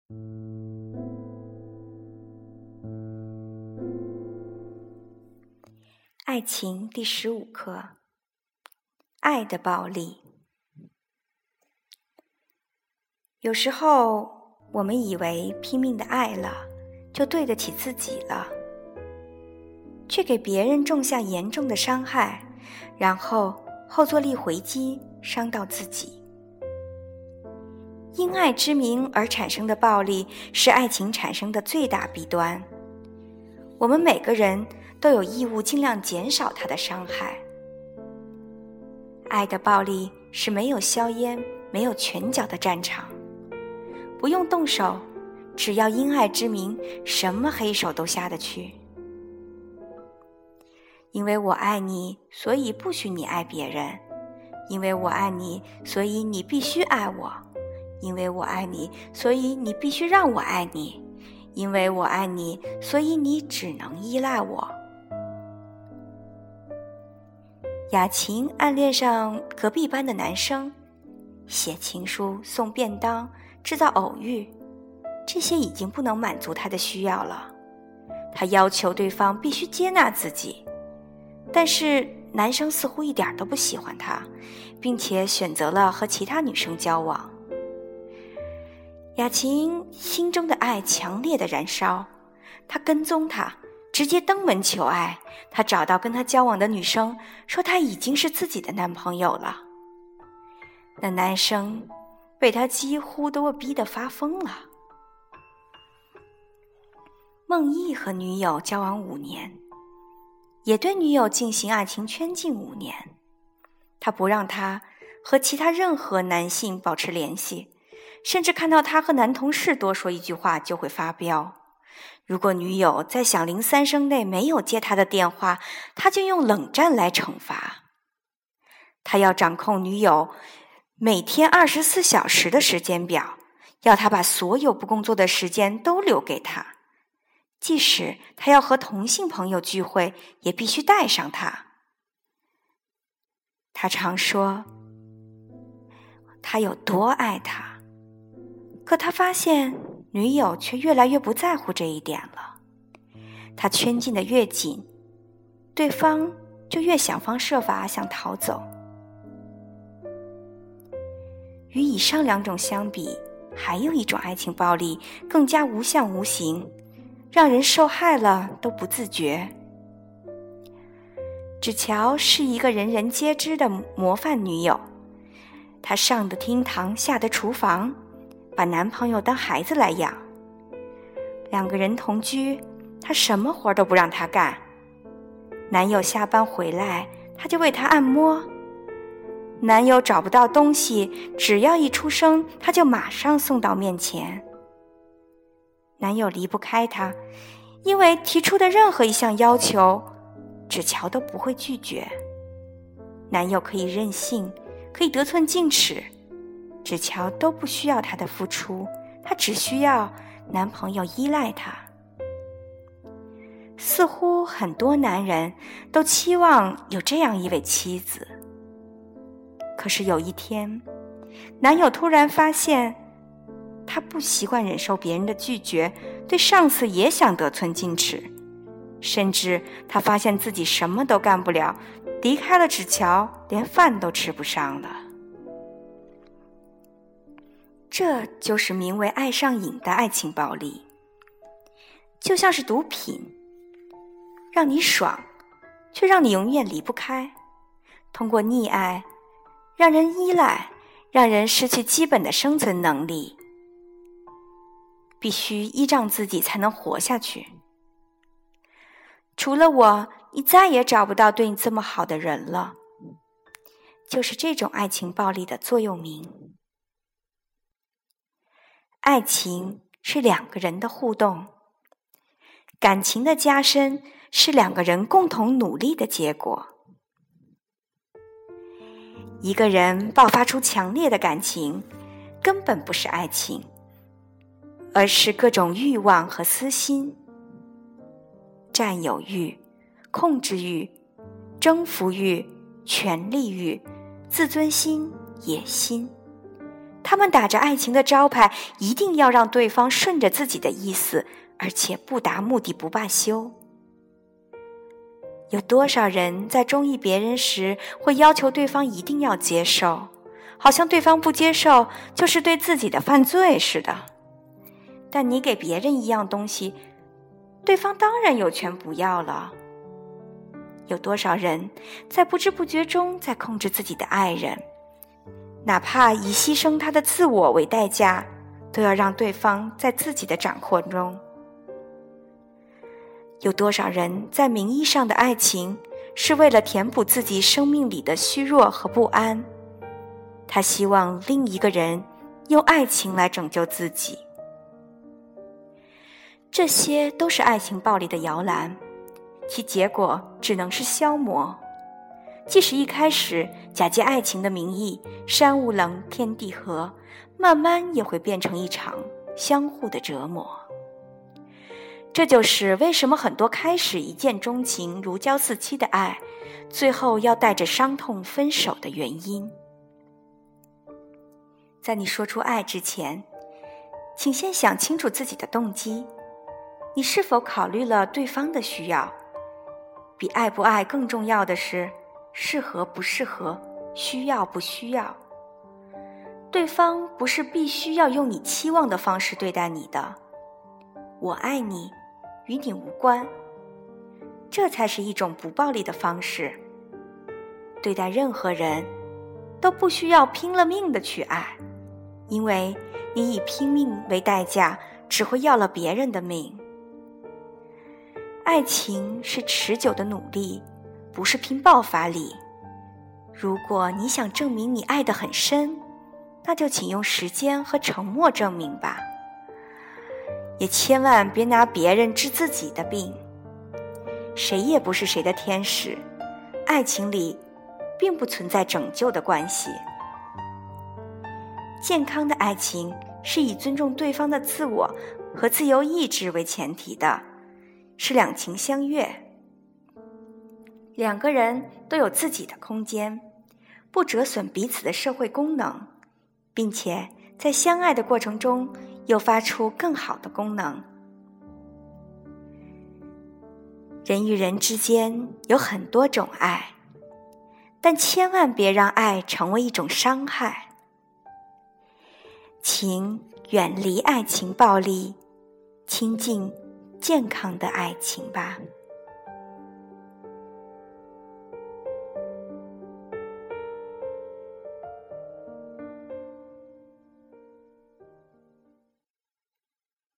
爱情第15课：爱的暴力。有时候我们以为拼命的爱了，就对得起自己了，却给别人种下严重的伤害，然后后坐力回击，伤到自己。因爱之名而产生的暴力，是爱情产生的最大弊端。我们每个人都有义务尽量减少它的伤害。爱的暴力是没有硝烟、没有拳脚的战场，不用动手，只要因爱之名，什么黑手都下得去。因为我爱你，所以不许你爱别人；因为我爱你，所以你必须爱我；因为我爱你，所以你必须让我爱你；因为我爱你，所以你只能依赖我。雅琴暗恋上隔壁班的男生，写情书、送便当、制造偶遇，这些已经不能满足他的需要了。他要求对方必须接纳自己，但是男生似乎一点都不喜欢他，并且选择了和其他女生交往。雅琴心中的爱强烈的燃烧，她跟踪他，直接登门求爱。她找到跟他交往的女生，说他已经是自己的男朋友了。那男生被他几乎都逼得发疯了。孟毅和女友交往5年，也对女友进行爱情圈禁5年。他不让她和其他任何男性保持联系，甚至看到他和男同事多说一句话就会发飙。如果女友在响铃3声内没有接他的电话，他就用冷战来惩罚。他要掌控女友每天24小时的时间表，要他把所有不工作的时间都留给他。即使他要和同性朋友聚会，也必须带上他。他常说他有多爱他，可他发现女友却越来越不在乎这一点了。他圈禁得越紧，对方就越想方设法想逃走。与以上2种相比，还有一种爱情暴力更加无相无形，让人受害了都不自觉。芷乔是一个人人皆知的模范女友，她上得厅堂，下得厨房，把男朋友当孩子来养。2个人同居，她什么活都不让他干。男友下班回来，她就为他按摩。男友找不到东西，只要一出声，她就马上送到面前。男友离不开她，因为提出的任何一项要求，芷乔都不会拒绝。男友可以任性，可以得寸进尺，芷乔都不需要他的付出，她只需要男朋友依赖她。似乎很多男人都期望有这样一位妻子，可是有一天，男友突然发现他不习惯忍受别人的拒绝，对上司也想得寸进尺，甚至他发现自己什么都干不了，离开了芷乔，连饭都吃不上了。这就是名为爱上瘾的爱情暴力，就像是毒品，让你爽，却让你永远离不开。通过溺爱，让人依赖，让人失去基本的生存能力，必须依仗自己才能活下去。除了我，你再也找不到对你这么好的人了。就是这种爱情暴力的座右铭。爱情是2个人的互动，感情的加深是2个人共同努力的结果。一个人爆发出强烈的感情，根本不是爱情，而是各种欲望和私心。占有欲、控制欲、征服欲、权力欲、自尊心、野心， 他们打着爱情的招牌，一定要让对方顺着自己的意思，而且不达目的不罢休。有多少人在中意别人时，会要求对方一定要接受，好像对方不接受就是对自己的犯罪似的。但你给别人一样东西，对方当然有权不要了。有多少人在不知不觉中在控制自己的爱人，哪怕以牺牲他的自我为代价，都要让对方在自己的掌控中。有多少人在名义上的爱情是为了填补自己生命里的虚弱和不安，他希望另一个人用爱情来拯救自己。这些都是爱情暴力的摇篮，其结果只能是消磨。即使一开始假借爱情的名义，山无棱天地合，慢慢也会变成一场相互的折磨。这就是为什么很多开始一见钟情如胶似漆的爱，最后要带着伤痛分手的原因。在你说出爱之前，请先想清楚自己的动机，你是否考虑了对方的需要？比爱不爱更重要的是适合不适合，需要不需要。对方不是必须要用你期望的方式对待你的，我爱你与你无关，这才是一种不暴力的方式。对待任何人都不需要拼了命的去爱，因为你以拼命为代价，只会要了别人的命。爱情是持久的努力，不是拼爆发力。如果你想证明你爱得很深，那就请用时间和沉默证明吧。也千万别拿别人治自己的病，谁也不是谁的天使，爱情里并不存在拯救的关系。健康的爱情是以尊重对方的自我和自由意志为前提的，是两情相悦，两个人都有自己的空间，不折损彼此的社会功能，并且在相爱的过程中又发出更好的功能。人与人之间有很多种爱，但千万别让爱成为一种伤害。请远离爱情暴力，亲近健康的爱情吧。